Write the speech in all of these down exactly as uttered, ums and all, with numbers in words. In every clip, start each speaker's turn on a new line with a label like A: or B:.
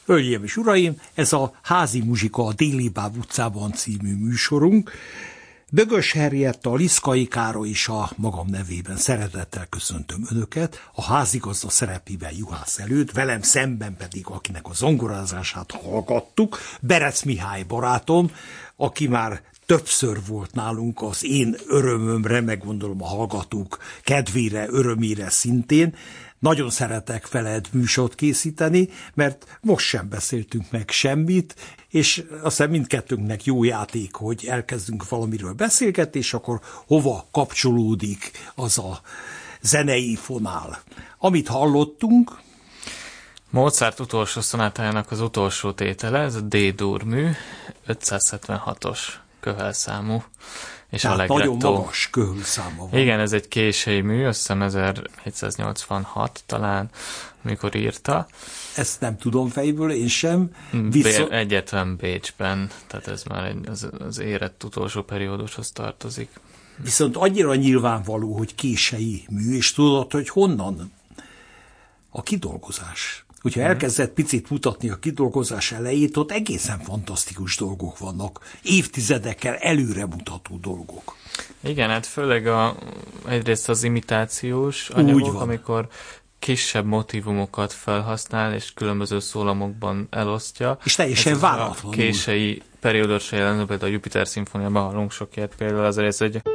A: Hölgyeim és uraim, ez a Házi Muzsika a Déli Báb utcában című műsorunk. Bögös Henrietta, Liszkai Károly és a magam nevében szeretettel köszöntöm Önöket, a házigazda szerepében Juhász előtt, velem szemben pedig, akinek a zongorázását hallgattuk, Berec Mihály barátom, aki már többször volt nálunk az én örömömre, meg gondolom a hallgatók kedvére, örömére szintén. Nagyon szeretek veled műsort készíteni, mert most sem beszéltünk meg semmit, és azt hiszem mindkettőnknek jó játék, hogy elkezdünk valamiről beszélgetni, és akkor hova kapcsolódik az a zenei fonál. Amit hallottunk...
B: Mozart utolsó szonátájának az utolsó tétele, ez a D-dur mű, ötszázhetvenhatos köhelszámú, és
A: Tehát
B: a legrettó.
A: Nagyon magas köhölszáma van.
B: Igen, ez egy késői mű, azt hiszem ezerhétszáznyolcvanhat talán, amikor írta.
A: Ezt nem tudom fejből, én sem. Viszont...
B: Egyetlen Bécsben, tehát ez már egy, az, az érett utolsó periódushoz tartozik.
A: Viszont annyira nyilvánvaló, hogy késői mű, és tudod, hogy honnan a kidolgozás. Hogyha elkezdett picit mutatni a kidolgozás elejét, ott egészen fantasztikus dolgok vannak, évtizedekkel előre mutató dolgok.
B: Igen, hát főleg a, egyrészt az imitációs anyagok, amikor kisebb motívumokat felhasznál, és különböző szólamokban elosztja.
A: És teljesen váratlanul.
B: A késői periódusra jelentő, például a Jupiter szimfóniában hallunk sok ilyet, például az rész, hogy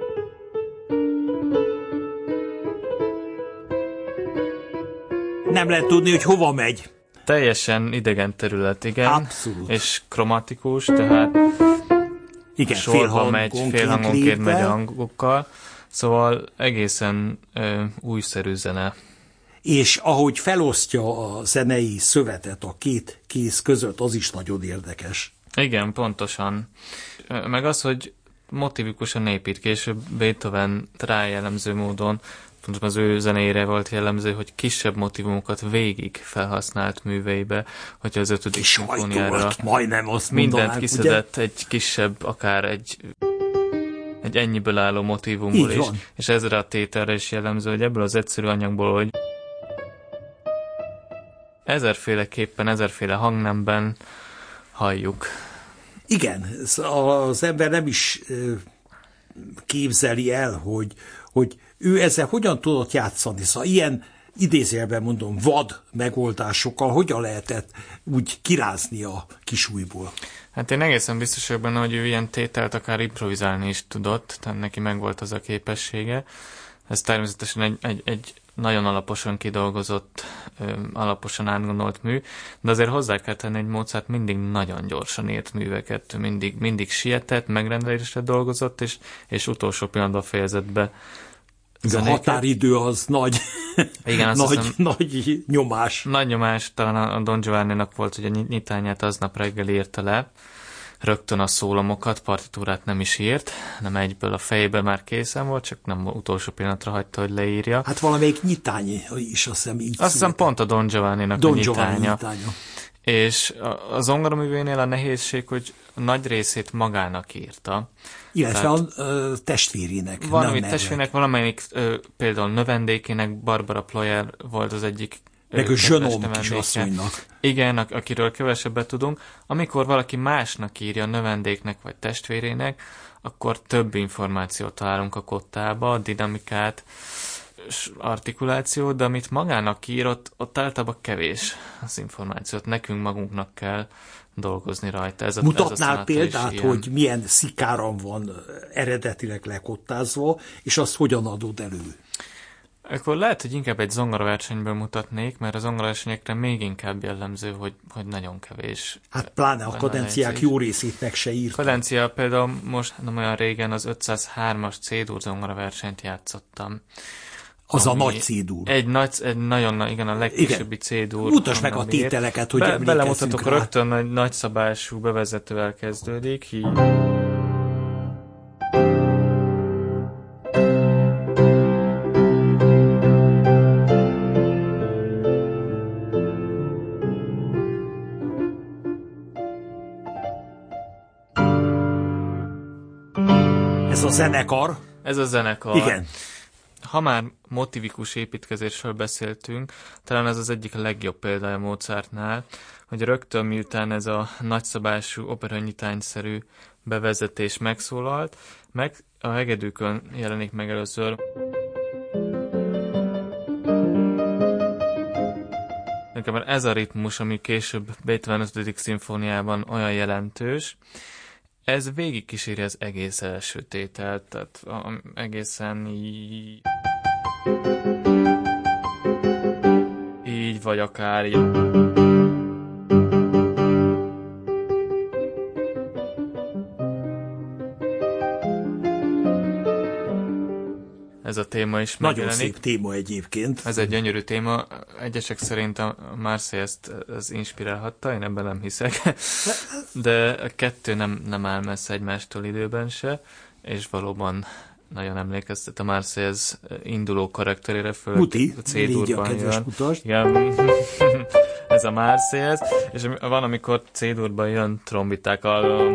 A: nem lehet tudni, hogy hova megy.
B: Teljesen idegen terület, igen.
A: Abszolút.
B: És kromatikus, tehát
A: igen,
B: sorban megy, félhangonként megy a hangokkal. Szóval egészen ö, újszerű zene.
A: És ahogy felosztja a zenei szövetet a két kéz között, az is nagyon érdekes.
B: Igen, pontosan. Meg az, hogy motivikusan épít, később Beethoven rá jellemző módon, pontosan az ő zenéjére volt jellemző, hogy kisebb motivumokat végig felhasznált műveibe, hogyha az ötödik szimfóniára
A: majdnem azt
B: mindent
A: mondanánk,
B: kiszedett
A: ugye?
B: Egy kisebb, akár egy, egy ennyiből álló motivumból is. És ezre a tételre is jellemző, hogy ebből az egyszerű anyagból, hogy ezerféleképpen, ezerféle hangnemben halljuk.
A: Igen, az ember nem is képzeli el, hogy, hogy ő ezzel hogyan tudott játszani. Szóval ilyen idézőjelben mondom, vad megoldásokkal hogyan lehetett úgy kirázni a kisújból.
B: Hát én egészen biztos vagyok benne, hogy ő ilyen tételt akár improvizálni is tudott, tehát neki megvolt az a képessége. Ez természetesen egy, egy, egy nagyon alaposan kidolgozott, alaposan átgondolt mű, de azért hozzá kell tenni, hogy Mozart mindig nagyon gyorsan írt műveket, mindig, mindig sietett, megrendelésre dolgozott, és, és utolsó pillanatban fejezett be
A: zenéket. A határidő az nagy,
B: igen,
A: nagy,
B: hiszem,
A: nagy nyomás.
B: Nagy nyomás, talán a Don Giovanninak volt, hogy a nyitányát aznap reggel írta le, rögtön a szólamokat, partitúrát nem is írt, nem egyből a fejébe már készen volt, csak nem utolsó pillanatra hagyta, hogy leírja.
A: Hát valamelyik nyitány is, azt hiszem így
B: Azt hiszem pont a Don Giovanninak
A: Don
B: a nyitánya.
A: Giovanni nyitánya.
B: És a zongoraművénél a nehézség, hogy nagy részét magának írta.
A: Illetve Tehát a testvérének.
B: Valamit testvérének, valamelyik ö, például növendékének, Barbara Ployer volt az egyik
A: meg a Zsönom kisasszonynak.
B: Igen, akiről kevesebbet tudunk. Amikor valaki másnak írja, növendéknek vagy testvérének, akkor több információt találunk a kottába, a dinamikát, artikulációt, de amit magának írott, ott általában kevés az információt. Nekünk magunknak kell dolgozni rajta. Ez a,
A: Mutatnál
B: ez a
A: példát, hogy milyen szikáran van eredetileg lekottázva, és azt hogyan adod elő?
B: Akkor lehet, hogy inkább egy zongoraversenyből mutatnék, mert a zongoraversenyekre még inkább jellemző, hogy, hogy nagyon kevés.
A: Hát pláne a kadenciák jó részét meg se írt.
B: Kadencia például most nem olyan régen az ötszázhármas C-dur zongoraversenyt játszottam.
A: Az a nagy C-dur.
B: Egy, nagy, egy nagyon, igen, a legkisebbi C-dur.
A: Mutasd meg a tételeket, hogy
B: Be,
A: emlékezzünk
B: Belemutatok
A: rá.
B: Rögtön egy nagyszabású bevezetővel kezdődik. Hí...
A: Ez a zenekar.
B: Ez a zenekar.
A: Igen.
B: ha már motivikus építkezésről beszéltünk, talán ez az egyik a legjobb példája Mozartnál, hogy rögtön miután ez a nagyszabású, operanyitányszerű bevezetés megszólalt, meg a hegedűkön jelenik meg először. Nekem ez a ritmus, ami később Beethoven ötödik szimfóniában olyan jelentős, ez végig kíséri az egész első tételt, tehát egészen így, így vagy akár így. Ez a téma is
A: nagyon
B: megjelenik.
A: Szép téma egyébként.
B: Ez egy gyönyörű téma. Egyesek szerint a Marseillaise-t ez inspirálhatta, én ebben nem hiszek. De a kettő nem, nem áll messze egymástól időben se, és valóban nagyon emlékeztet a Marseillaise induló karakterére, főleg
A: Muti,
B: a C-durban jön.
A: Igen,
B: ez a Marseillaise, és van, amikor C-durban jön trombiták a...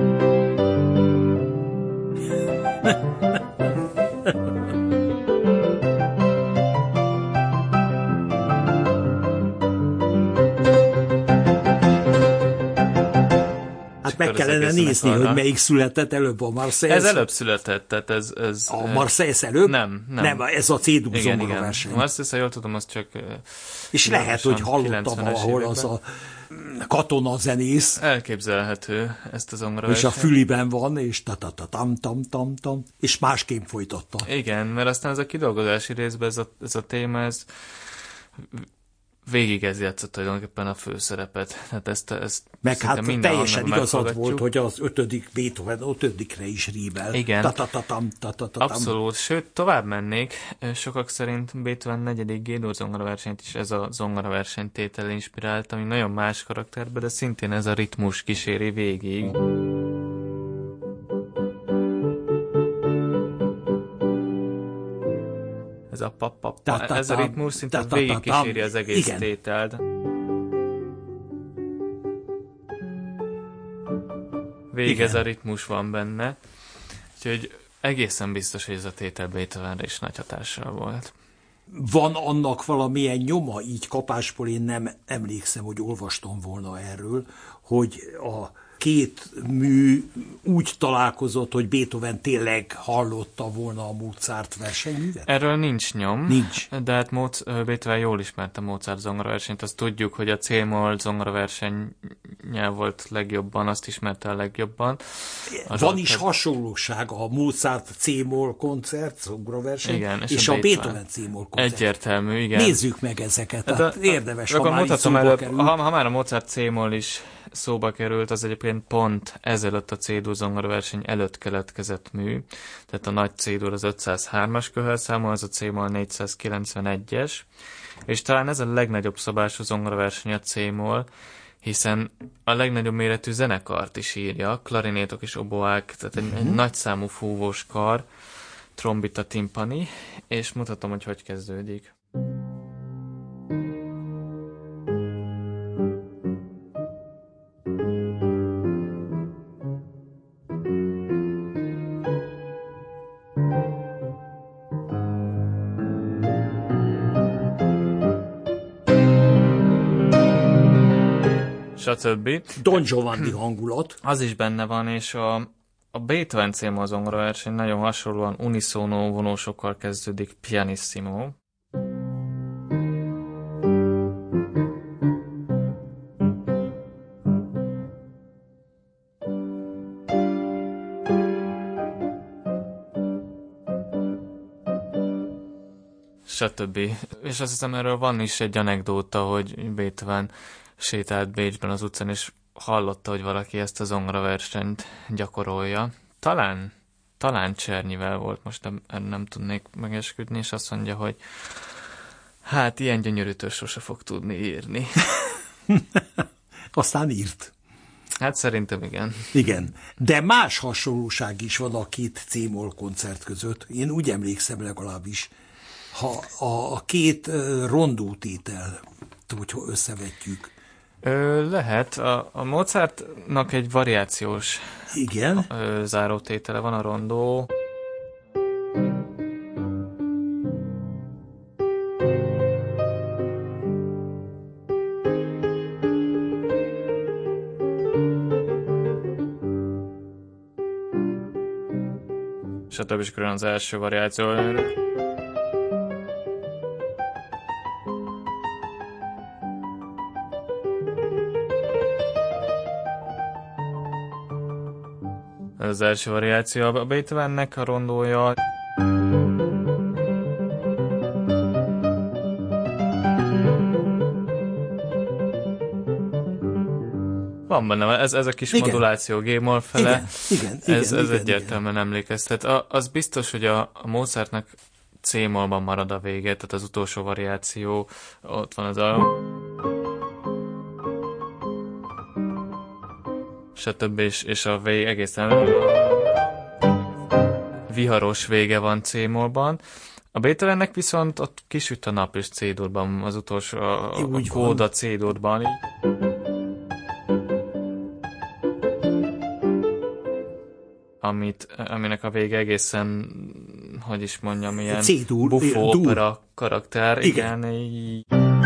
A: meg kellene nézni, hogy melyik született előbb, a Marseillaise.
B: Ez előbb született, tehát ez... ez
A: a Marseillaise előbb?
B: Nem, nem.
A: Nem, ez a C-dur zongora verseny.
B: A Marseillaise, ha jól tudom, az csak...
A: És lehet, hogy hallottam valahol az a katonazenész.
B: Elképzelhető ezt a zongora verseny.
A: És a füliben van, és ta-ta-ta-tam-tam-tam-tam, és másképp folytatta.
B: Igen, mert aztán ez a kidolgozási részben ez a, ez a téma, ez... végig ez játszott tulajdonképpen a főszerepet. Tehát ezt, ezt
A: meg hát teljesen igazad volt, hogy az ötödik Beethoven ötödikre is rímel.
B: Igen.
A: Ta-ta-ta-tam, ta-ta-ta-tam.
B: Abszolút. Sőt, tovább mennék. Sokak szerint Beethoven negyedik G-dur zongoraversenyt is ez a zongoraverseny tétel inspirált, ami nagyon más karakterbe, de szintén ez a ritmus kíséri végig. Ez a pap-pap, ez a ritmus szinte végig kíséri az egész tételt. Végig ez a ritmus van benne. Úgyhogy egészen biztos, hogy ez a tétel Beethovenre is nagy hatással volt.
A: Van annak valamilyen nyoma, így kapásból én nem emlékszem, hogy olvastam volna erről, hogy a két mű úgy találkozott, hogy Beethoven tényleg hallotta volna a Mozart versenyművet?
B: Erről nincs nyom.
A: Nincs.
B: De hát Mozart, Beethoven jól ismerte Mozart zongoraversenyt. Azt tudjuk, hogy a C-moll zongoraversennyel volt legjobban, azt ismerte a legjobban.
A: A Van is hasonlóság a Mozart C-moll koncert, zongoraverseny, igen, és, és a Beethoven, Beethoven C-moll koncert.
B: Egyértelmű, igen.
A: Nézzük meg ezeket, tehát a, érdemes,
B: a,
A: ha már
B: így előbb, ha, ha már a Mozart C-moll is szóba került, az egyébként pont ezelőtt a C-dur zongoraverseny előtt keletkezett mű, tehát a nagy C-dur az ötszázhármas köhörszámú, az a C-moll négyszázkilencvenegyes, és talán ez a legnagyobb szabású zongoraverseny a C-moll, hiszen a legnagyobb méretű zenekart is írja, klarinétok és oboák, tehát egy, egy nagyszámú fúvós kar, trombita, timpani, és mutatom, hogy hogy kezdődik. Stb.
A: Don Giovanni hangulat.
B: Az is benne van, és a, a Beethoven C-moll zongoraverseny nagyon hasonlóan unisono vonósokkal kezdődik, pianissimo. Stb. És azt hiszem, erről van is egy anekdóta, hogy Beethoven sétált Bécsben az utcán, és hallotta, hogy valaki ezt a zongoraversenyt gyakorolja. Talán, talán Csernyivel volt, most nem, nem tudnék megesküdni, és azt mondja, hogy hát ilyen gyönyörűtől sose fog tudni írni.
A: Aztán írt.
B: Hát szerintem igen.
A: Igen, de más hasonlóság is van a két C-moll koncert között. Én úgy emlékszem legalábbis, ha a, a két rondótétel, hogyha összevetjük.
B: Ö, lehet. A, a Mozartnak egy variációs
A: igen.
B: Ö, zárótétele van, a rondó. stb. És akkor az első variáció. Ez az első variáció. A Beethovennek a rondója. Van benne, ez, ez a kis igen. moduláció G-moll fele,
A: igen, igen, igen,
B: ez, ez
A: igen,
B: egyértelműen igen. emlékeztet. A, az biztos, hogy a, a Mozartnak C-mollban marad a vége, tehát az utolsó variáció, ott van az a... stb. És, és a vég egészen viharos vége van C-mollban. A Beethovennek viszont ott kisüt a nap és C-durban, az utolsó a, a kóda C-durban. Amit, aminek a vége egészen, hogy is mondjam, ilyen buffo opera karakter. Igen. igen így...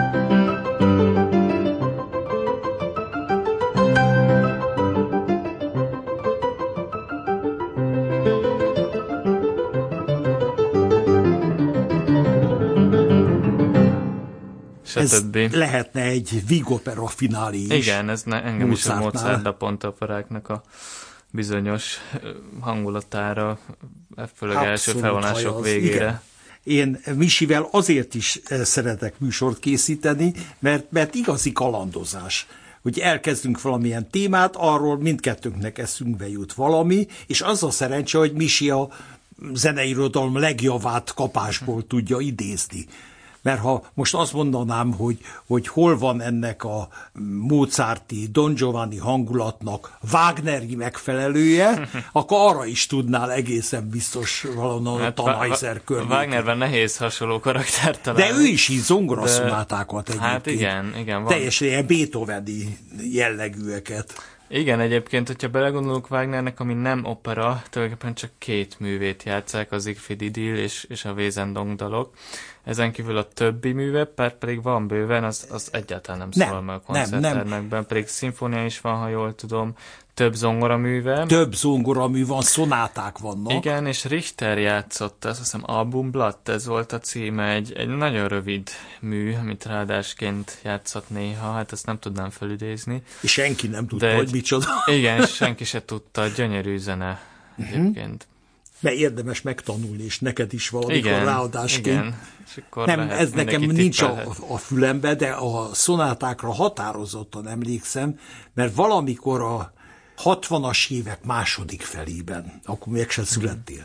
A: Ez lehetne egy Vigopera finálé is.
B: Igen, ez ne, engem Mozartnál. Is a Mozart, a pontoperáknak a bizonyos hangulatára, főleg Abszolút első felvonások hajaz. Végére. Igen.
A: Én Misivel azért is szeretek műsort készíteni, mert, mert igazi kalandozás. Hogy elkezdünk valamilyen témát, arról mindkettőnknek eszünkbe jut valami, és az a szerencse, hogy Misi a zeneirodalom legjavát kapásból tudja idézni. Mert ha most azt mondanám, hogy, hogy hol van ennek a mozarti, Don Giovanni hangulatnak Wagneri megfelelője, akkor arra is tudnál egészen biztos valahol hát a Tannhäuser környéken.
B: Wagnerben nehéz hasonló karaktert találni.
A: De ő is így zongoraszonátákat egyébként. Hát
B: igen, igen. Van.
A: Teljesen ilyen Beethoveni jellegűeket.
B: Igen, egyébként, hogyha belegondolunk Wagnernek, ami nem opera, tulajdonképpen csak két művét játsszák, az Siegfried Idyll és, és a Wesendonck dalok. Ezen kívül a többi műve, pedig van bőven, az, az egyáltalán nem szól nem, meg a koncerttermekben, pedig szimfónia is van, ha jól tudom, több zongoraműve.
A: Több zongoramű van, szonáták vannak.
B: Igen, és Richter játszott, azt hiszem Albumblatt, ez volt a címe, egy, egy nagyon rövid mű, amit ráadásként játszott néha, hát ezt nem tudnám felidézni.
A: És senki nem tudta, de hogy egy, micsoda.
B: Igen, senki se tudta, gyönyörű zene egyébként.
A: Mert érdemes megtanulni, és neked is valamikor igen, ráadásként.
B: Igen.
A: Nem, ez nekem nincs a, a fülembe, de a szonátákra határozottan emlékszem, mert valamikor a hatvanas évek második felében, akkor még se születtél,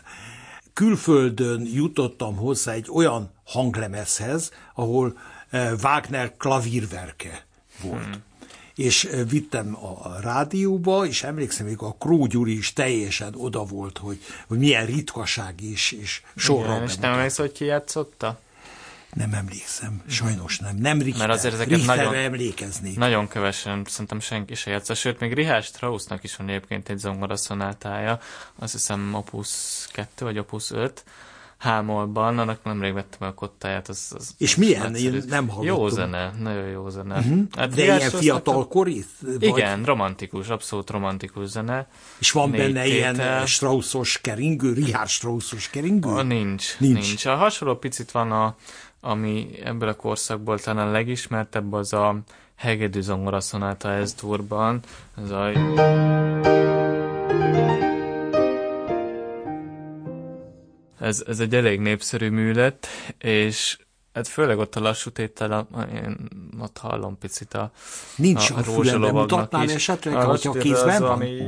A: külföldön jutottam hozzá egy olyan hanglemezhez, ahol Wagner klavírverke volt. Hmm. És vittem a rádióba, és emlékszem, még a Kró Gyuri is teljesen oda volt, hogy, hogy milyen ritkaság is, és sorra.
B: Igen, és nem emlékszel, hogy ki játszotta?
A: Nem emlékszem, sajnos nem. Nem Richter.
B: Mert azért ezeket nagyon,
A: emlékeznék.
B: Nagyon kevesen, szerintem senki se játsza. Sőt, még Richard Straussnak is van egyébként egy zongoraszonátája, azt hiszem Opus kettő vagy Opus öt, H-mollban, annak nemrég vettem el a kottáját. Az, az
A: és milyen? Én nem hallottam.
B: Jó zene, nagyon jó zene.
A: Uh-huh. Hát de ilyen fiatalkori?
B: Igen, romantikus, abszolút romantikus zene.
A: És van benne tétel. Ilyen Straussos keringő, Richard Straussos keringő?
B: A, nincs, nincs, nincs. A hasonló picit van, a, ami ebből a korszakból talán legismertebb, az a hegedű zongoraszonáta S-durban. Ez a... Ez, ez egy elég népszerű mű lett, és hát főleg ott a lassú tétel, én ott hallom picit a
A: Nincs
B: a,
A: a fülemben, mutatnál esetleg, hogyha a kézben van? Ami...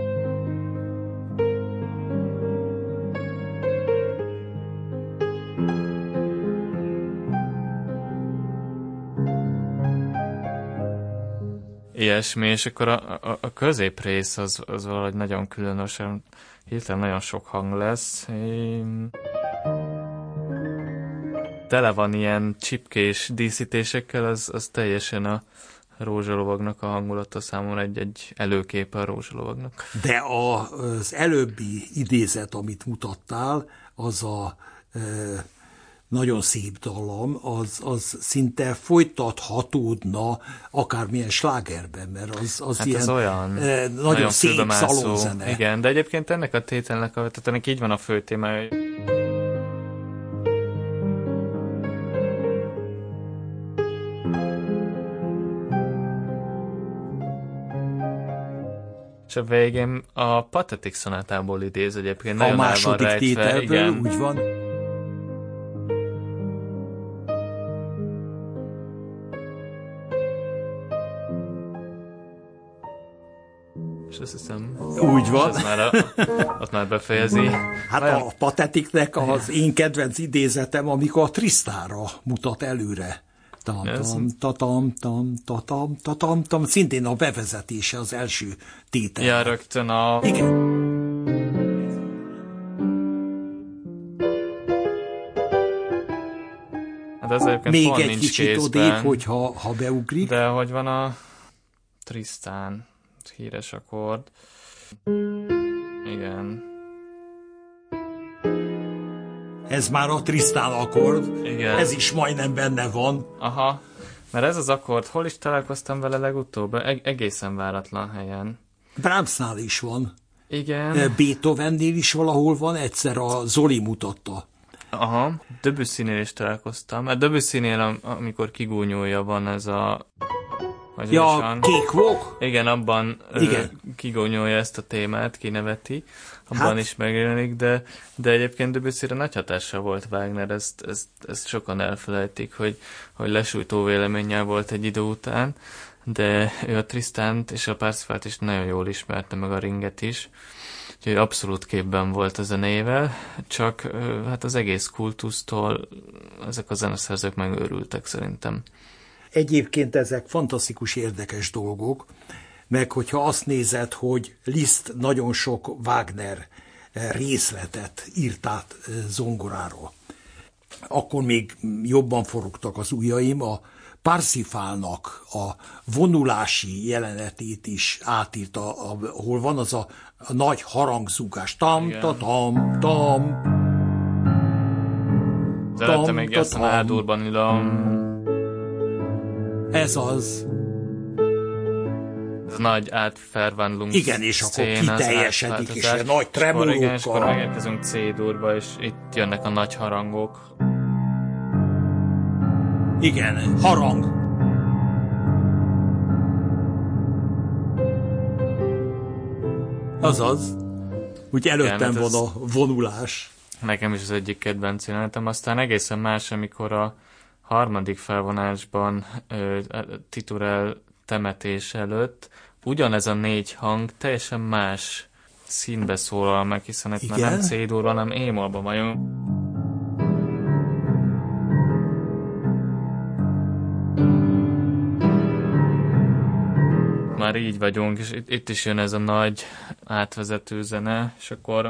B: Ilyesmi, és akkor a, a, a középrész az, az valahogy nagyon különösen, hirtelen nagyon sok hang lesz. Én... Tele van ilyen csipkés díszítésekkel, az, az teljesen a rózsalovagnak a hangulata, számomra egy, egy előképe a rózsalovagnak.
A: De a, az előbbi idézet, amit mutattál, az a e, nagyon szép dallam, az, az szinte folytathatódna akármilyen slágerben, mert az, az
B: hát
A: ilyen
B: az olyan,
A: nagyon,
B: nagyon
A: szép szalonzene.
B: Igen, de egyébként ennek a tételnek, tehát ennek így van a fő témája. És a végén a Pathetic szonátából idéz egyébként.
A: A második tételből, igen. Úgy van.
B: És azt hiszem...
A: Úgy van.
B: És már, a, azt már befejezi.
A: Hát Vajon... a Patheticnek az én kedvenc idézetem, amikor a Trisztánra mutat előre. Tam, tam, tatam, tam, tatam, tatam, tam, szintén a bevezetése az első tétel.
B: Ja, rögtön a...
A: Igen.
B: Hát ez egyébként
A: még
B: pont
A: egy
B: nincs
A: kicsit
B: kézben,
A: odébb, hogyha ha beugrik.
B: De hogy van a Trisztán híres akkord. Igen.
A: Ez már a Trisztán akkord.
B: Igen.
A: Ez is majdnem benne van.
B: Aha. Mert ez az akkord, hol is találkoztam vele legutóbb? Eg- egészen váratlan helyen.
A: Brahmsnál is van.
B: Igen.
A: Beethovennél is valahol van, egyszer a Zoli mutatta.
B: Aha. Debussynél is találkoztam. Mert Debussynél, amikor kigúnyolja, van ez a...
A: Ja, Cakewalk?
B: Igen, abban
A: Igen.
B: kigónyolja ezt a témát, kineveti, abban hát, is megjelenik, de, de egyébként Debussyre nagy hatással volt Wagner, ezt, ezt, ezt sokan elfelejtik, hogy, hogy lesújtó véleménnyel volt egy idő után, de ő a Tristánt és a Parsifalt is nagyon jól ismerte, meg a Ringet is, úgyhogy abszolút képben volt a zenével, csak hát az egész kultusztól ezek a zeneszerzők megőrültek szerintem.
A: Egyébként ezek fantasztikus, érdekes dolgok, meg hogyha azt nézed, hogy Liszt nagyon sok Wagner részletet írt át zongoráról, akkor még jobban forogtak az ujjaim, a Parsifalnak a vonulási jelenetét is átírta, ahol van az a, a nagy harangzúgás. Tam, ta, tam, tam.
B: De előtte még azt a nádurban illam.
A: Ez az.
B: Ez a nagy átfervánlunk.
A: Igen, és akkor kiteljesedik, és a nagy tremolókkal.
B: Igen, és akkor megérkezünk C-durba, és itt jönnek a nagy harangok.
A: Igen, harang. Azaz. Úgy előttem van a vonulás.
B: Nekem is az egyik kedvenc jelenetem. Aztán egészen más, amikor a harmadik felvonásban ö, Titurel temetés előtt ugyanez a négy hang teljesen más színbe szólal meg, hiszen itt már nem C-dur, hanem E-mollban vagyunk. Már így vagyunk, és itt, itt is jön ez a nagy átvezető zene, és akkor...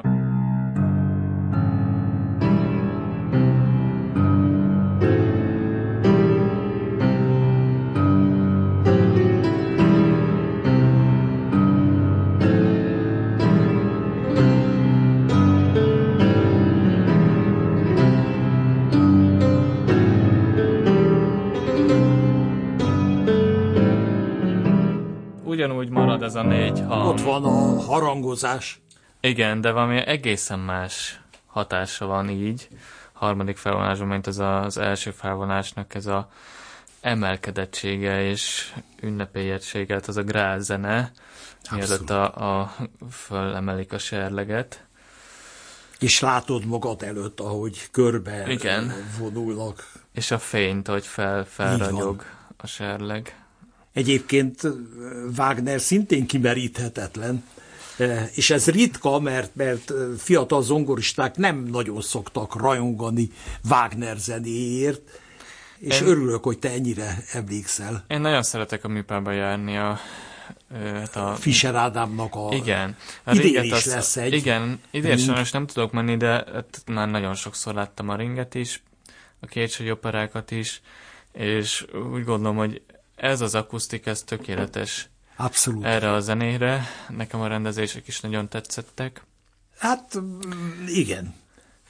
B: Ugyanúgy marad ez a négy hang.
A: Ott van a harangozás.
B: Igen, de valami egészen más hatása van így. Harmadik felvonásban, mint az az első felvonásnak ez a emelkedettsége és ünnepélyessége, az a grálzene, mielőtt a, a fölemelik a serleget.
A: És látod magad előtt, ahogy körbe
B: igen.
A: vonulnak.
B: És a fényt, hogy fel, felragyog a serleg.
A: Egyébként Wagner szintén kimeríthetetlen, és ez ritka, mert, mert fiatal zongoristák nem nagyon szoktak rajongani Wagner zenéért, és én, örülök, hogy te ennyire emlékszel.
B: Én nagyon szeretek a műpába járni a... Hát a
A: Fischer Ádámnak a...
B: Igen. A
A: idén is
B: az,
A: lesz egy.
B: Igen, idén sajnos nem tudok menni, de hát már nagyon sokszor láttam a Ringet is, a Kécsei operákat is, és úgy gondolom, hogy ez az akusztik, ez tökéletes.
A: Abszolút.
B: Erre a zenére. Nekem a rendezések is nagyon tetszettek.
A: Hát igen.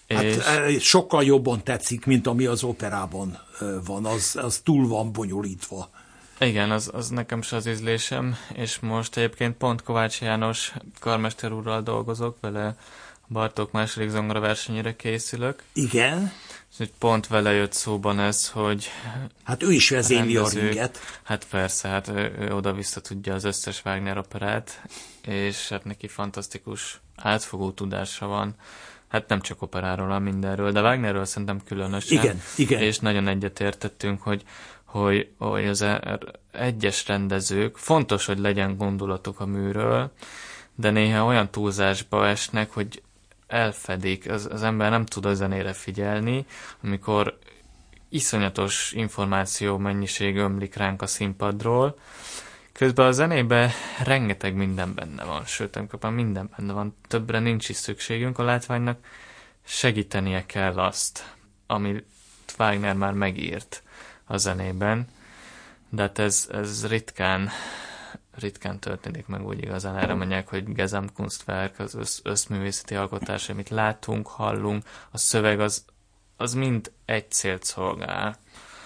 A: Hát és... sokkal jobban tetszik, mint ami az operában van, az, az túl van bonyolítva.
B: Igen, az, az nekem se az ízlésem, és most egyébként pont Kovács János karmester úrral dolgozok, vele a Bartók második zongora versenyére készülök.
A: Igen.
B: És pont vele jött szóban ez, hogy...
A: Hát ő is vezéli a ringet.
B: Hát persze, hát ő, ő oda-vissza tudja az összes Wagner operát, és hát neki fantasztikus átfogó tudása van. Hát nem csak operáról, hanem mindenről, de Wagnerről szerintem különösen.
A: Igen, igen.
B: És nagyon egyetértettünk, hogy, hogy, hogy az egyes rendezők, fontos, hogy legyen gondolatuk a műről, de néha olyan túlzásba esnek, hogy elfedik, az, az ember nem tud a zenére figyelni, amikor iszonyatos információ mennyiség ömlik ránk a színpadról. Közben a zenében rengeteg minden benne van, sőt, amikor minden benne van, többre nincs is szükségünk, a látványnak segítenie kell azt, amit Wagner már megírt a zenében, de hát ez, ez ritkán, ritkán történik meg úgy igazán. Erre mondják, hogy Gesamtkunstwerk, az össz, összművészeti alkotás, amit látunk, hallunk, a szöveg az, az mind egy célt szolgál,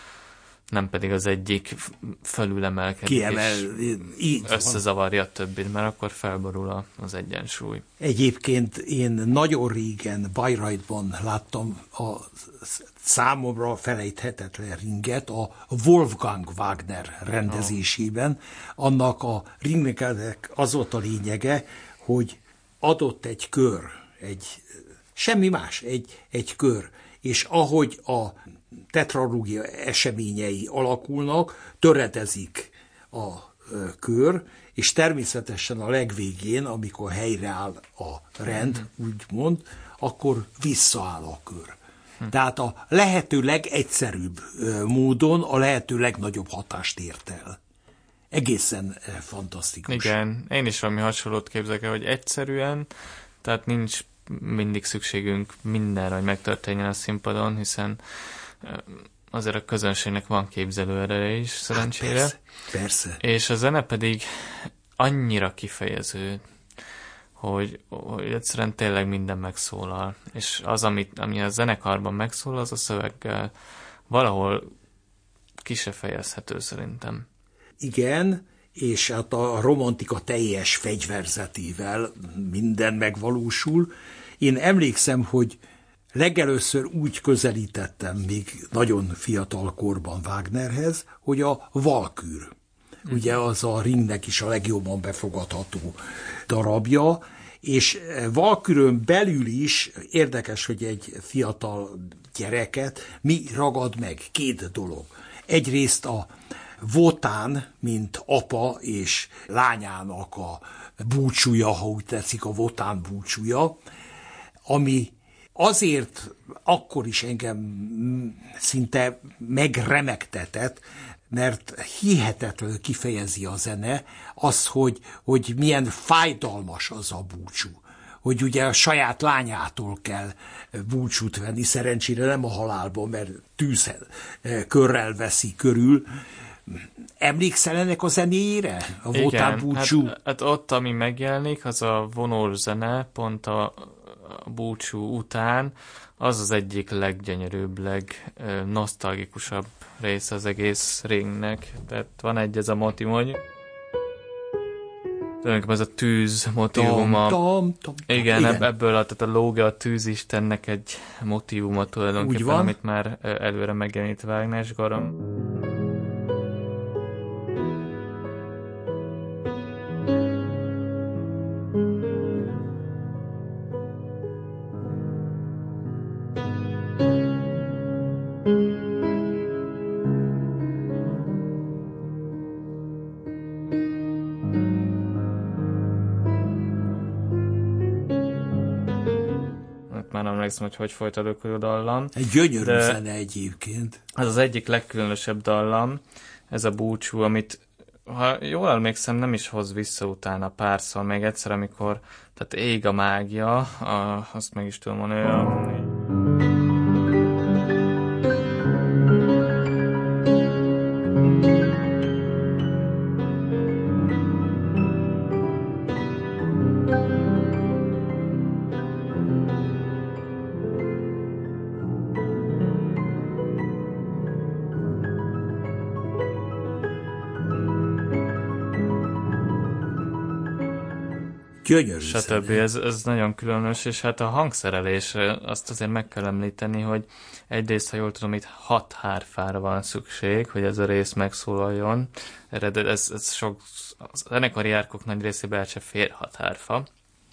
B: nem pedig az egyik fölülemelkedik
A: Kiemel,
B: és összezavarja a többit, mert akkor felborul az egyensúly.
A: Egyébként én nagyon régen Bayreuthban láttam a számomra felejthetetlen ringet a Wolfgang Wagner rendezésében. Annak a ringnek az volt a lényege, hogy adott egy kör, egy, semmi más, egy, egy kör, és ahogy a tetralógia eseményei alakulnak, töredezik a kör, és természetesen a legvégén, amikor helyreáll a rend, úgymond, akkor visszaáll a kör. Hm. Tehát a lehető legegyszerűbb módon a lehető legnagyobb hatást ért el. Egészen fantasztikus.
B: Igen, én is valami hasonlót képzelek el, hogy egyszerűen, tehát nincs mindig szükségünk mindenre, hogy megtörténjen a színpadon, hiszen azért a közönségnek van képzelőereje is, szerencsére.
A: Hát persze, persze.
B: És a zene pedig annyira kifejező, hogy, hogy egyszerűen tényleg minden megszólal. És az, amit, ami a zenekarban megszólal, az a szöveggel valahol ki se fejezhető szerintem.
A: Igen, és hát a romantika teljes fegyverzetével minden megvalósul. Én emlékszem, hogy legelőször úgy közelítettem még nagyon fiatal korban Wagnerhez, hogy a Valkür. Mm. Ugye az a ringnek is a legjobban befogadható darabja, és Valkürön belül is érdekes, hogy egy fiatal gyereket mi ragad meg? Két dolog. Egyrészt a Votán, mint apa és lányának a búcsúja, ha úgy tetszik, a Votán búcsúja, ami azért akkor is engem szinte megremegtetett, mert hihetetlenül kifejezi a zene az, hogy, hogy milyen fájdalmas az a búcsú. Hogy ugye a saját lányától kell búcsút venni, szerencsére nem a halálban, mert tűz körrel veszi körül. Emlékszel ennek a zenéjére? A Votán búcsú?
B: Hát, hát ott, ami megjelenik, az a vonós zene, pont a, a búcsú után, az az egyik leggyönyörűbb, legnosztalgikusabb része az egész ringnek. Tehát van egy ez a motivum, hogy tulajdonképpen ez a tűz motivuma. Tom, tom, tom, igen, igen, ebből a, tehát a lóge, a tűzistennek egy motivuma tulajdonképpen, amit már előre megjelenít Wagner és Garam. Hogy hogy folytatódik a dallam.
A: Egy gyönyörű zene egyébként.
B: Ez az egyik legkülönösebb dallam, ez a búcsú, amit, ha jól emlékszem, nem is hoz vissza utána párszor, még egyszer, amikor, tehát ég a mágia, a, azt meg is tudom mondani, a,
A: Gyönyörű
B: stb. Ez, ez nagyon különös, és hát a hangszerelés, azt azért meg kell említeni, hogy egyrészt, ha jól tudom, itt hat hárfára van szükség, hogy ez a rész megszólaljon. Eredet, ez, ez sok, a zenekari járkok nagy részében el se fér hat hárfa.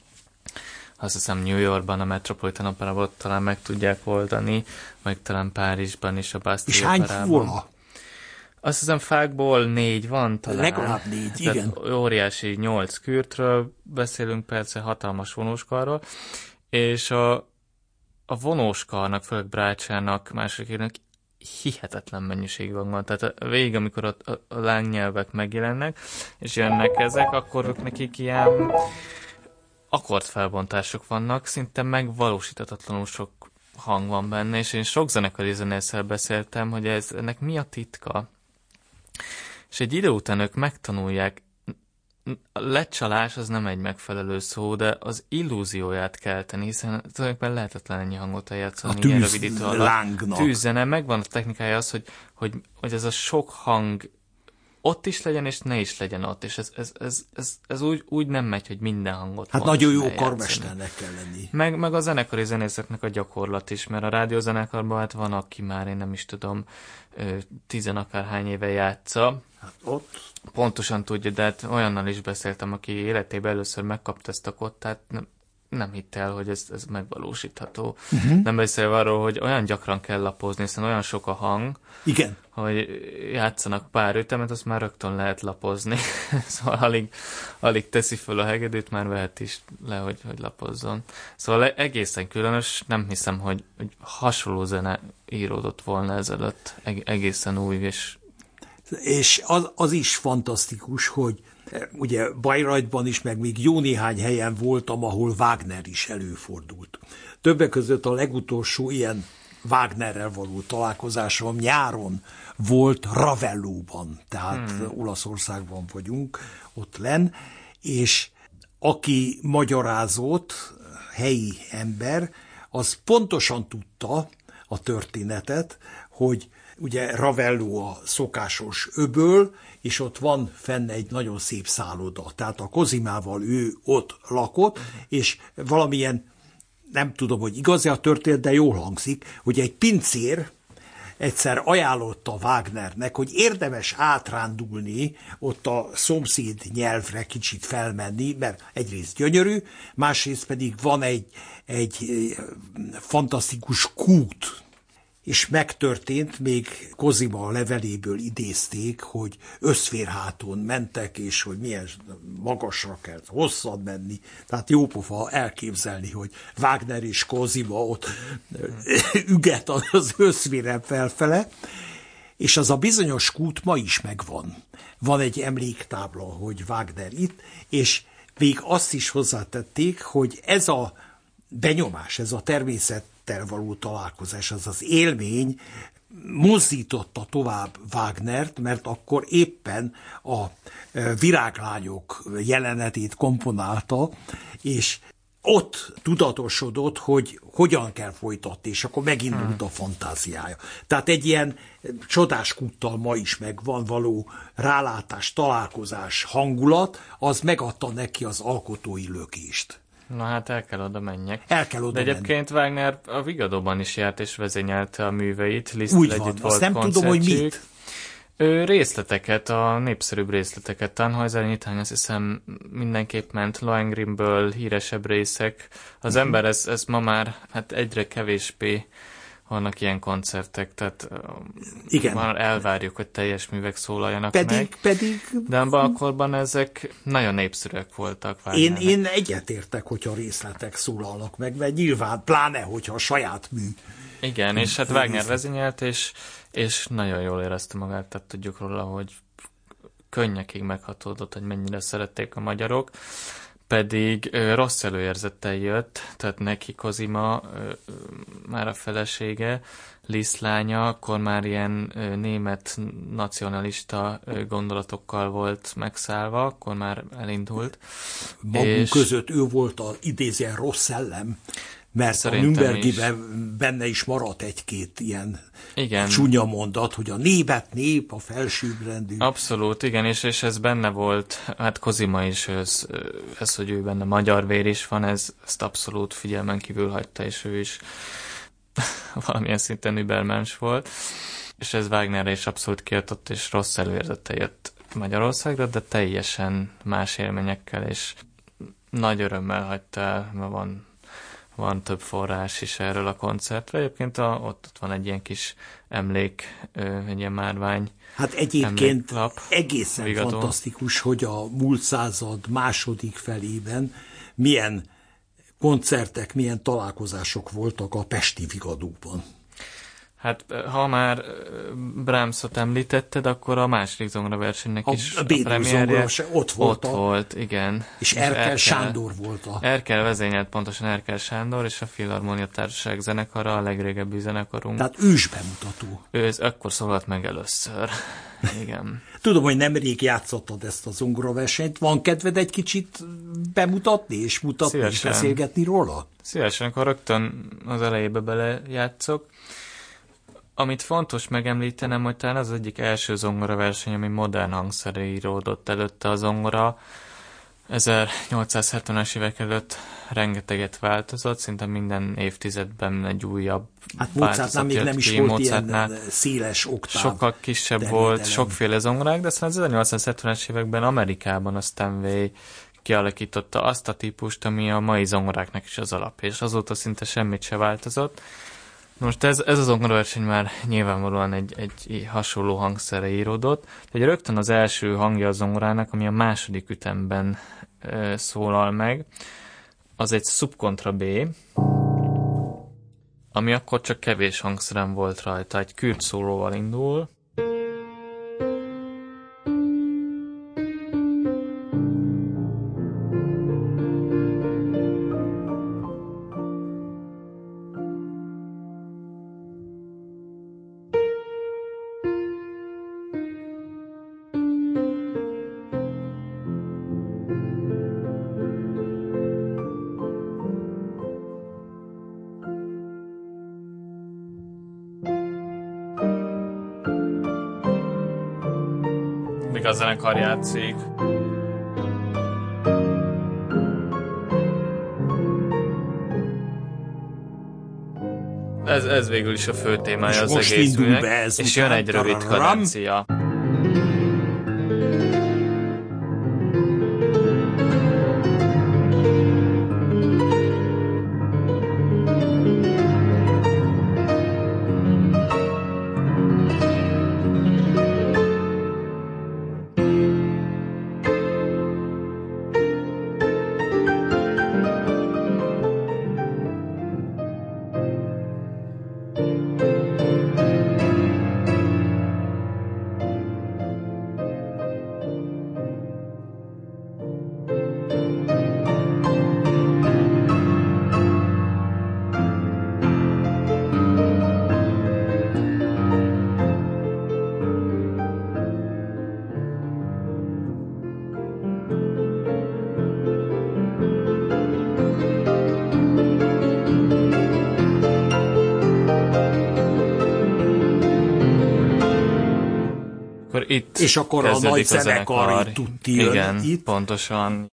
B: Azt hiszem New Yorkban, a Metropolitan Operában talán meg tudják oldani, meg talán Párizsban is a Bastille
A: És hány fóla?
B: Azt hiszem fákból négy van talán.
A: Legalább négy,
B: tehát
A: igen.
B: Óriási nyolc kürtről beszélünk, persze hatalmas vonóskarról, és a, a vonóskarnak, főleg brácsának, másodiknak hihetetlen mennyiségű van. Tehát a végig, amikor a, a, a lángnyelvek megjelennek, és jönnek ezek, akkor ők nekik ilyen akkordfelbontások vannak, szinte megvalósítatatlanul sok hang van benne, és én sok zenekari zenésszel beszéltem, hogy ez, ennek mi a titka. És egy idő után ők megtanulják, a lecsalás az nem egy megfelelő szó, de az illúzióját kelteni, hiszen tulajdonképpen lehetetlen ennyi hangot eljátszani ilyen rövid idő alatt. Tűzzene, megvan a technikája az, hogy, hogy, hogy ez a sok hang ott is legyen, és ne is legyen ott. És ez, ez, ez, ez, ez úgy, úgy nem megy, hogy minden hangot
A: hát nagyon jó karmesternek kell lenni.
B: Meg, meg a zenekari zenészeknek a gyakorlat is, mert a rádiózenekarban hát van, aki már, én nem is tudom, tizenakárhány éve játsza.
A: Hát ott.
B: Pontosan tudja, de hát olyannal is beszéltem, aki életében először megkapta ezt a kottát, nem, nem hitte el, hogy ez, ez megvalósítható. Uh-huh. Nem beszélve arról, hogy olyan gyakran kell lapozni, hiszen olyan sok a hang,
A: igen,
B: hogy játszanak pár ütemet, azt már rögtön lehet lapozni. Szóval alig, alig teszi föl a hegedűt, már vehet is le, hogy, hogy lapozzon. Szóval egészen különös, nem hiszem, hogy, hogy hasonló zene íródott volna ezelőtt. Egészen új, és...
A: És az, az is fantasztikus, hogy ugye Bayreuthban is, meg még jó néhány helyen voltam, ahol Wagner is előfordult. Többek között a legutolsó ilyen Wagnerrel való találkozásom nyáron volt Ravellóban, tehát hmm. Olaszországban vagyunk, ott lenn, és aki magyarázott, helyi ember, az pontosan tudta a történetet, hogy ugye Ravello a szokásos öböl, és ott van fenn egy nagyon szép szálloda. Tehát a Cosimával ő ott lakott, és valamilyen, nem tudom, hogy igaz-e a történet, de jól hangzik, hogy egy pincér egyszer ajánlotta Wagnernek, hogy érdemes átrándulni, ott a szomszéd nyelvre kicsit felmenni, mert egyrészt gyönyörű, másrészt pedig van egy, egy fantasztikus kút, és megtörtént, még Cosima leveléből idézték, hogy összférháton mentek, és hogy milyen magasra kell hosszan menni. Tehát jópofa elképzelni, hogy Wagner és Cosima ott üget az összféren felfele, és az a bizonyos kút ma is megvan. Van egy emléktábla, hogy Wagner itt, és még azt is hozzátették, hogy ez a benyomás, ez a természet való találkozás, az az élmény mozdította tovább Wagnert, mert akkor éppen a viráglányok jelenetét komponálta, és ott tudatosodott, hogy hogyan kell folytatni, és akkor megindult a fantáziája. Tehát egy ilyen csodás kúttal ma is megvan való rálátás, találkozás, hangulat, az megadta neki az alkotói lökést.
B: Na hát el kell oda menjek.
A: El kell oda
B: De egyébként menni. Wagner a Vigadóban is járt és vezényelte a műveit.
A: Liszttel úgy van, azt nem tudom, hogy mit.
B: Ő részleteket, a népszerűbb részleteket. Tannhäuser nyitány, azt hiszem mindenképp ment, Lohengreenből híresebb részek. Az uh-huh. ember, ez, ez ma már hát egyre kevésbé vannak ilyen koncertek, tehát igen. Már elvárjuk, hogy teljes művek szólaljanak
A: pedig,
B: meg.
A: Pedig...
B: De akkorban ezek nagyon népszerűek voltak.
A: Én, én egyetértek, hogyha részletek szólalnak meg, mert nyilván pláne, hogyha a saját mű.
B: Igen, mű, és hát Wagner vezényelt, és, és nagyon jól érezte magát, tehát tudjuk róla, hogy könnyekig meghatódott, hogy mennyire szerették a magyarok. Pedig ö, rossz előérzettel jött, tehát neki Cosima, ö, ö, már a felesége, Liszt lánya, akkor már ilyen ö, német nacionalista ö, gondolatokkal volt megszállva, akkor már elindult.
A: Magunk és... között ő volt az idézően rossz szellem. mert
B: Szerintem
A: a Nürnbergiben benne is maradt egy-két ilyen
B: igen.
A: csúnya mondat, hogy a népet nép, a felsőbbrendű.
B: Abszolút, igen, és, és ez benne volt, hát Kozima is, ez, ez, hogy ő benne magyar vér is van, ez, ezt abszolút figyelmen kívül hagyta, és ő is valamilyen szinten übermens volt, és ez Wagnerre is abszolút kiadott, és rossz előérzete jött Magyarországra, de teljesen más élményekkel, és nagy örömmel hagyta el, mert van Van több forrás is erről a koncertre. Egyébként a, ott, ott van egy ilyen kis emlék, egy ilyen márvány.
A: Hát egyébként
B: emléklap,
A: egészen
B: vigadó.
A: Fantasztikus, hogy a múlt század második felében milyen koncertek, milyen találkozások voltak a pesti Vigadóban.
B: Hát ha már Brahmsot említetted, akkor a második zongoraversenynek is
A: a,
B: a,
A: a
B: premierje
A: ott volt.
B: Ott
A: a,
B: volt, igen.
A: És, és Erkel, Erkel Sándor volt a...
B: Erkel vezényelt pontosan Erkel Sándor, és a Filharmonia Társaság zenekara, a legrégebbi zenekarunk.
A: Tehát ős bemutató.
B: Ő ez akkor szólalt meg először. Igen.
A: Tudom, hogy nemrég játszottad ezt a zongoraversenyt. Van kedved egy kicsit bemutatni, és mutatni, Szívesen. És beszélgetni róla?
B: Szívesen, akkor rögtön az elejébe belejátszok. Amit fontos megemlítenem, hogy talán az egyik első zongoraverseny, ami modern hangszerre íródott előtte a zongora. ezernyolcszázhetvenes évek előtt rengeteget változott, szinte minden évtizedben egy újabb
A: hát változat még nem is
B: ki.
A: volt ilyen széles oktáv.
B: Sokkal kisebb
A: termételem.
B: volt, sokféle zongorák, de aztán az ezernyolcszázhetvenes években Amerikában a Steinway kialakította azt a típust, ami a mai zongoráknak is az alap, és azóta szinte semmit se változott. Most ez, ez az zongoraverseny már nyilvánvalóan egy, egy hasonló hangszerre íródott, de rögtön az első hangja a zongorának, ami a második ütemben e, szólal meg, az egy subkontra B, ami akkor csak kevés hangszeren volt rajta, egy kürt szólóval indul, a zenekar játszik. Ez, ez végül is a fő témája az egész műnek, és jön egy rövid kadencia. Itt
A: és akkor a nagy zenekar tudti jön.
B: Igen,
A: itt.
B: Pontosan.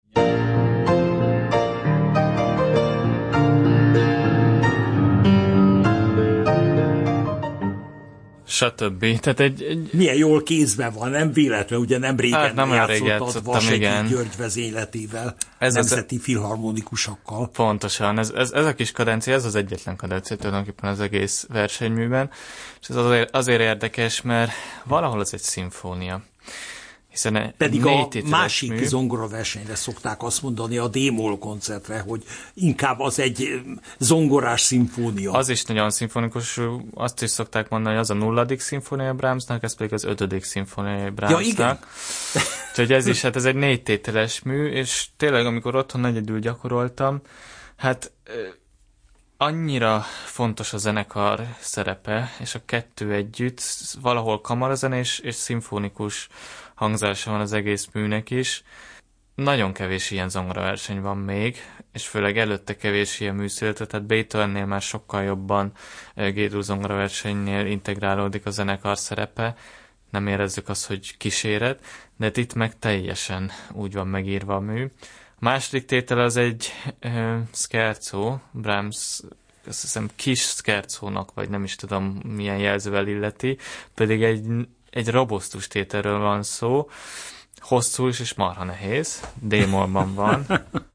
B: Stb. Tehát egy, egy...
A: Milyen jól kézben van, nem véletlen, ugye nem régen
B: hát nem játszottad Vasegyi
A: György vezényletével,
B: ez
A: nemzeti
B: az...
A: filharmonikusokkal.
B: Pontosan, ez, ez, ez a kis kadencia, ez az egyetlen kadencia tulajdonképpen az egész versenyműben, és ez azért, azért érdekes, mert valahol az egy szimfónia. Hiszen
A: pedig a másik mű... zongoraversenyre szokták azt mondani, a D-moll koncertre, hogy inkább az egy zongorás szimfónia.
B: Az is nagyon szimfonikus, azt is szokták mondani, hogy az a nulladik szimfónia Brahmsnak, ez pedig az ötödik szimfónia Brahmsnak. Ja, igen. Úgyhogy ez is, hát ez egy négy tételes mű, és tényleg, amikor otthon egyedül gyakoroltam, hát annyira fontos a zenekar szerepe, és a kettő együtt, valahol kamarazene és, és szimfonikus hangzása van az egész műnek is. nagyon kevés ilyen zongoraverseny van még, és főleg előtte kevés ilyen műszületet, tehát Beethovennél már sokkal jobban G-dur zongoraversenynél integrálódik a zenekar szerepe, nem érezzük azt, hogy kíséret, de itt meg teljesen úgy van megírva a mű. A második tétel az egy uh, scherzo, Brahms, azt hiszem kis scherzónak, vagy nem is tudom milyen jelzővel illeti, pedig egy, egy robosztus tételről van szó, hosszú is és marha nehéz, D-mollban van.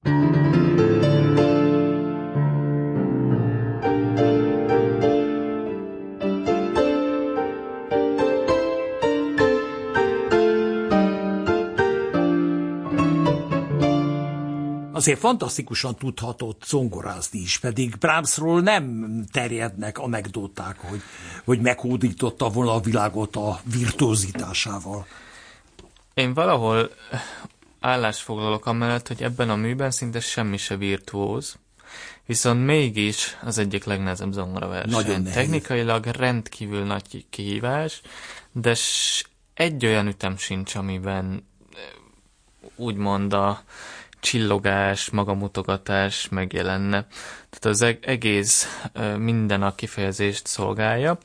A: Azért fantasztikusan tudhatott zongorázni is, pedig Brahmsról nem terjednek anekdoták, hogy, hogy meghódította volna a világot a virtuózitásával.
B: Én valahol állásfoglalok amellett, hogy ebben a műben szinte semmi se virtuóz, viszont mégis az egyik legnehezebb zongoraverseny. Technikailag rendkívül nagy kihívás, de egy olyan ütem sincs, amiben úgymond a csillogás, magamutogatás megjelenne. Tehát az egész minden a kifejezést szolgálja.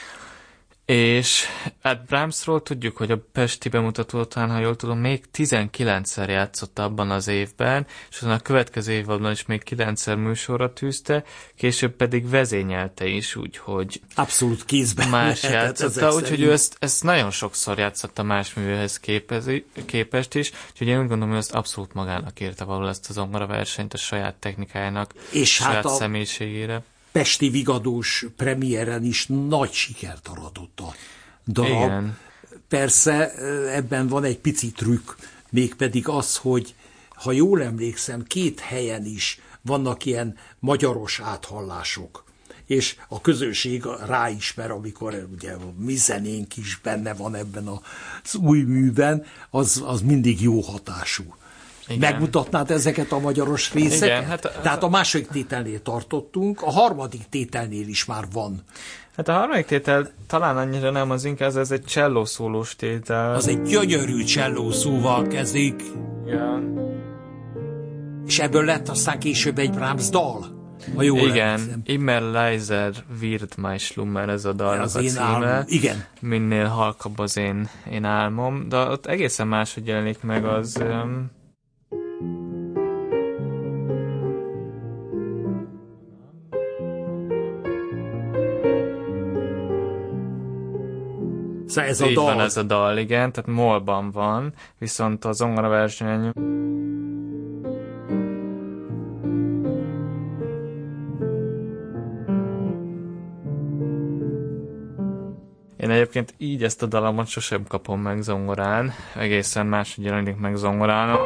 B: És hát Brahmsról tudjuk, hogy a pesti bemutató után, ha jól tudom, még tizenkilencszer játszott abban az évben, és azon a következő évadban is még kilencszer műsorra tűzte, később pedig vezényelte is, úgyhogy
A: abszolút kézben
B: más játszotta, úgyhogy ő ezt, ezt nagyon sokszor játszotta más művéhez képest is, úgyhogy én úgy gondolom, hogy ezt abszolút magának írta valahol ezt a zongoraversenyt a saját technikájának,
A: és
B: a saját
A: hát a
B: személyiségére.
A: Pesti Vigadós premiéren is nagy sikert aratott a darab.
B: Igen.
A: Persze ebben van egy pici trükk, mégpedig az, hogy ha jól emlékszem, két helyen is vannak ilyen magyaros áthallások, és a közönség ráismer, amikor ugye a mi zenénk is benne van ebben az új műben, az, az mindig jó hatású. Igen. Megmutatnád ezeket a magyaros részeket?
B: Igen, hát,
A: Tehát a második tételnél tartottunk, a harmadik tételnél is már van.
B: Hát a harmadik tétel talán annyira nem, az inkább ez egy csellószólós tétel.
A: Az egy gyönyörű csellószóval kezdik.
B: Igen.
A: És ebből lett aztán később egy Brahms dal. Ha jól
B: igen,
A: emlékszem.
B: Immer leiser wird mein Schlummer, ez a dalnak a címe.
A: Álmom. Igen.
B: Minél halkabb az én, én álmom, de ott egészen máshogy jelenik meg az... Um,
A: Szóval ez a
B: így
A: dal.
B: van ez a dal, igen, tehát mollban van, viszont a zongoraverseny... Én egyébként így ezt a dalomot sosem kapom meg zongorán, egészen máshogy jelenik meg zongorán.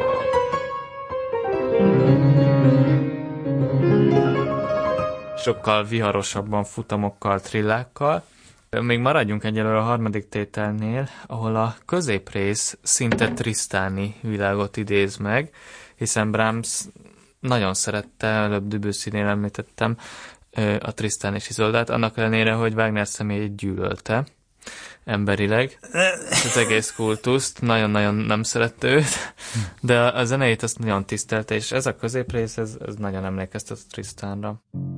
B: Sokkal viharosabban, futamokkal, trillákkal. Még maradjunk egyelőre a harmadik tételnél, ahol a középrész szinte trisztáni világot idéz meg, hiszen Brahms nagyon szerette, előbb Debussy-nél említettem, a Tristan és Izoldát, annak ellenére, hogy Wagner személyét gyűlölte emberileg. Az egész kultuszt, nagyon-nagyon nem szerette őt, de a zeneit azt nagyon tisztelte, és ez a középrész, ez, ez nagyon emlékeztet a Tristanra.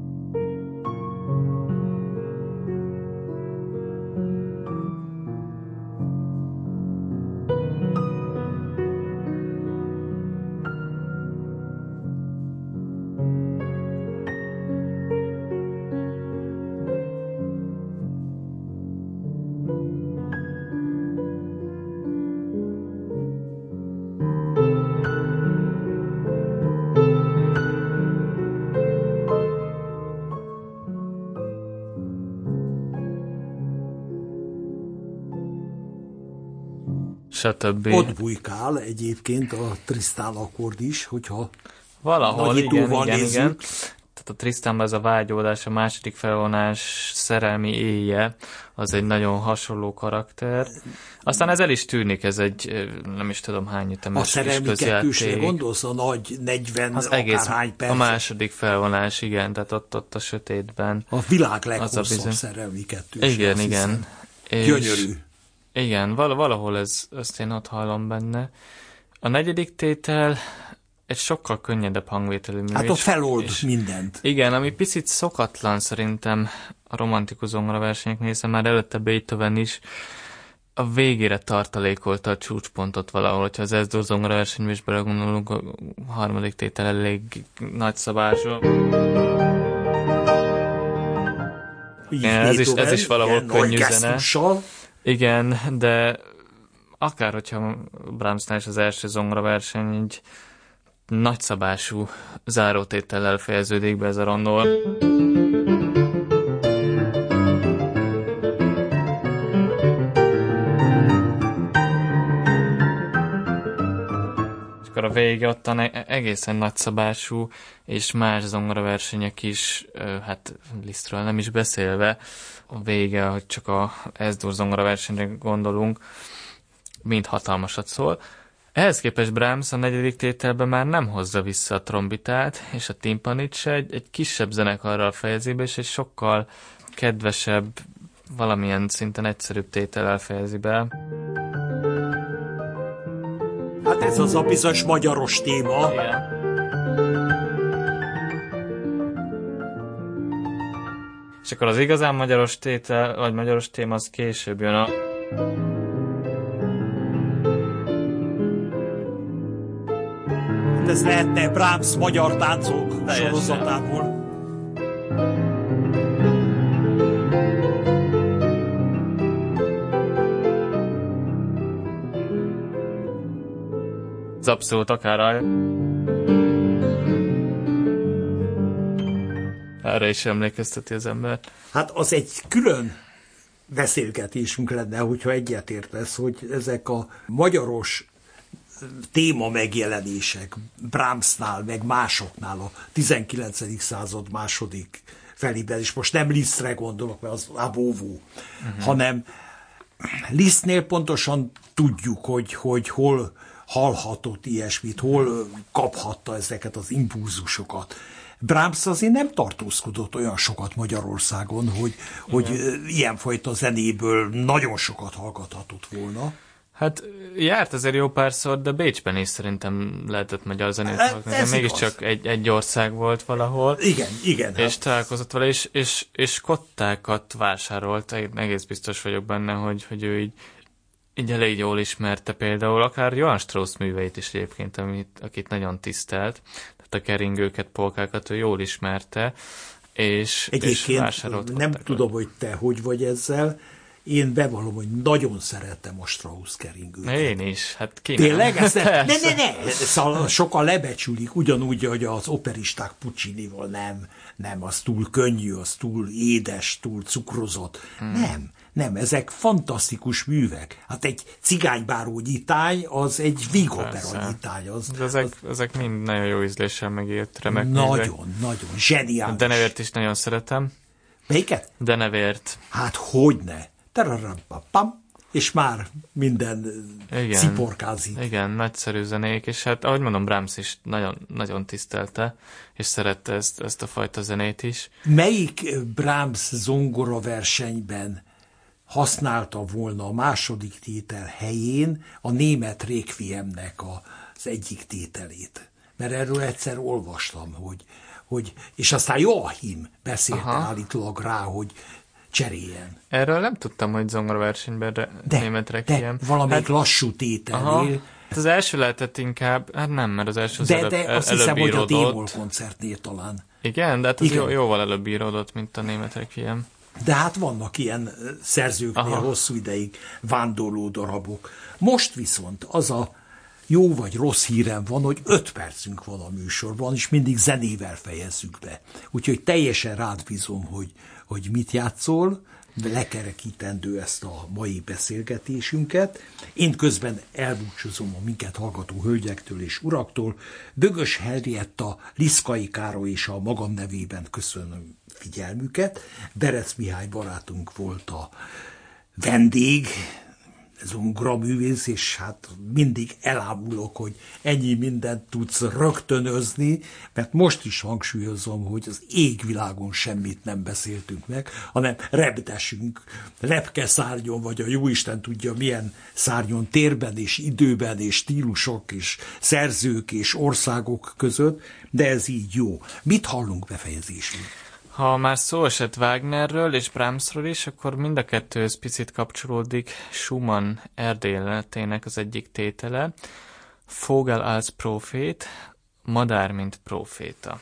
B: Stb.
A: Ott bujkál egyébként a Tristan akkord is, hogyha
B: valahol, igen, igen,
A: nézzük.
B: igen. Tehát a Tristanban ez a vágyódás, a második felvonás szerelmi éje, az egy nagyon hasonló karakter. Aztán ez el is tűnik, ez egy nem is tudom hány ütemes
A: a szerelmi kettősre gondolsz, a nagy negyven
B: az egész,
A: akárhány perc.
B: A második felvonás, igen, tehát ott, ott a sötétben.
A: A világ leghosszabb bizony... szerelmi kettősre.
B: Igen, igen.
A: És gyönyörű.
B: Igen, valahol ez, ezt én ott hallom benne. A negyedik tétel egy sokkal könnyedebb hangvételű mű.
A: Hát ott felold mindent.
B: Igen, ami picit szokatlan szerintem a romantikus zongoraversenyeknél, hiszen már előtte Beethoven is a végére tartalékolta a csúcspontot valahol, hogyha az Ez-dur zongoraversenyben is belegondolunk, a harmadik tétel elég nagyszabású. Ez is, ez is valahol igen, könnyű zene. Igen, de akár hogyha Brahmsnál is az első zongoraverseny így nagyszabású zárótétellel fejeződik be ez a rondó. És akkor a vége ottan egészen nagyszabású, és más zongoraversenyek is, hát Lisztről nem is beszélve, a vége, hogy csak a Ez-dur zongoraversenyre gondolunk, mind hatalmasat szól. Ehhez képest Brahms a negyedik tételben már nem hozza vissza a trombitát, és a timpanit se, egy, egy kisebb zenekarral fejezi be, és egy sokkal kedvesebb, valamilyen szinten egyszerűbb tétellel fejezi be.
A: Hát ez az a bizonyos magyaros téma.
B: Igen. És akkor az igazán magyaros tétel, vagy magyaros téma, az később jön a...
A: Ez lehetne Brahms magyar táncok sorozatából.
B: Ez abszolút akár a... Erre is emlékezteti az ember.
A: Hát az egy külön beszélgetésünk lenne, hogyha egyetértesz, hogy ezek a magyaros téma megjelenések Brahmsnál, meg másoknál a tizenkilencedik század második felében, és most nem Lisztre gondolok, mert az abóvó, uh-huh. hanem Lisztnél pontosan tudjuk, hogy, hogy hol hallhatott ilyesmit, hol kaphatta ezeket az impulzusokat. Brahms azért nem tartózkodott olyan sokat Magyarországon, hogy, hogy ilyenfajta zenéből nagyon sokat hallgathatott volna.
B: Hát járt azért jó párszor, de Bécsben is szerintem lehetett magyar zenét hallgatni. Mégiscsak egy, egy ország volt valahol.
A: Igen, igen.
B: És
A: hát.
B: találkozott vele, és, és, és kottákat vásárolt. Egész biztos vagyok benne, hogy, hogy ő így, így elég jól ismerte például, akár Johann Strauss műveit is egyébként, amit, akit nagyon tisztelt. Tehát a keringőket, polkákat ő jól ismerte, és, és vásárolt
A: nem
B: kottákat.
A: Tudom, hogy te hogy vagy ezzel. Én bevallom, hogy nagyon szerettem a Strauss keringőt.
B: Én is, hát ki
A: Tényleg? Ezt ne, ne, ne, ne. Szóval sokan lebecsülik, ugyanúgy, hogy az operisták Puccinival nem, nem, az túl könnyű, az túl édes, túl cukrozott. Hmm. Nem, nem, ezek fantasztikus művek. Hát egy cigánybáró nyitány, az egy vígopera nyitány. Az,
B: ezek,
A: az...
B: ezek mind nagyon jó ízléssel megírt, remek
A: Nagyon,
B: művek.
A: nagyon, zseniális.
B: Denevért is nagyon szeretem.
A: Melyiket?
B: Denevért.
A: Hát hogyne. Tararampapam, és már minden igen, sziporkázik.
B: Igen, nagyszerű zenék, és hát ahogy mondom, Brahms is nagyon, nagyon tisztelte, és szerette ezt, ezt a fajta zenét is.
A: Melyik Brahms zongora versenyben használta volna a második tétel helyén a német Requiemnek az egyik tételét? Mert erről egyszer olvastam, hogy, hogy és aztán Joachim beszélte Aha. állítólag rá, hogy cseréljen.
B: Erről nem tudtam, hogy zongoraversenyben re-
A: de,
B: német Requiem.
A: De valamelyik hát, lassú tételnél.
B: Hát az első lehetett inkább, hát nem, mert az első az
A: de,
B: előbb,
A: de
B: el,
A: azt
B: előbb
A: hiszem,
B: íródott.
A: hogy a D-moll koncertnél talán.
B: Igen, de hát az jó, jóval előbb íródott, mint a német Requiem.
A: De hát vannak ilyen szerzőknél Aha. hosszú ideig vándorló darabok. Most viszont az a jó vagy rossz hírem van, hogy öt percünk van a műsorban, és mindig zenével fejezzük be. Úgyhogy teljesen rád bízom, hogy, hogy mit játszol, lekerekítendő ezt a mai beszélgetésünket. Én közben elbúcsúzom a minket hallgató hölgyektől és uraktól. Bögös Henrietta, Liszkai Károly és a magam nevében köszönöm figyelmüket. Berec Mihály barátunk volt a vendég, zongora-művész, és hát mindig elámulok, hogy ennyi mindent tudsz rögtönözni, mert most is hangsúlyozom, hogy az égvilágon semmit nem beszéltünk meg, hanem repdesünk, lepkeszárnyon, vagy a jóisten tudja milyen szárnyon, térben és időben és stílusok és szerzők és országok között, de ez így jó. Mit hallunk befejezésül?
B: Ha már szó esett Wagnerről és Brahmsról is, akkor mind a kettőhöz picit kapcsolódik Schumann erdélyletének az egyik tétele, Vogel als Prophet, madár mint próféta.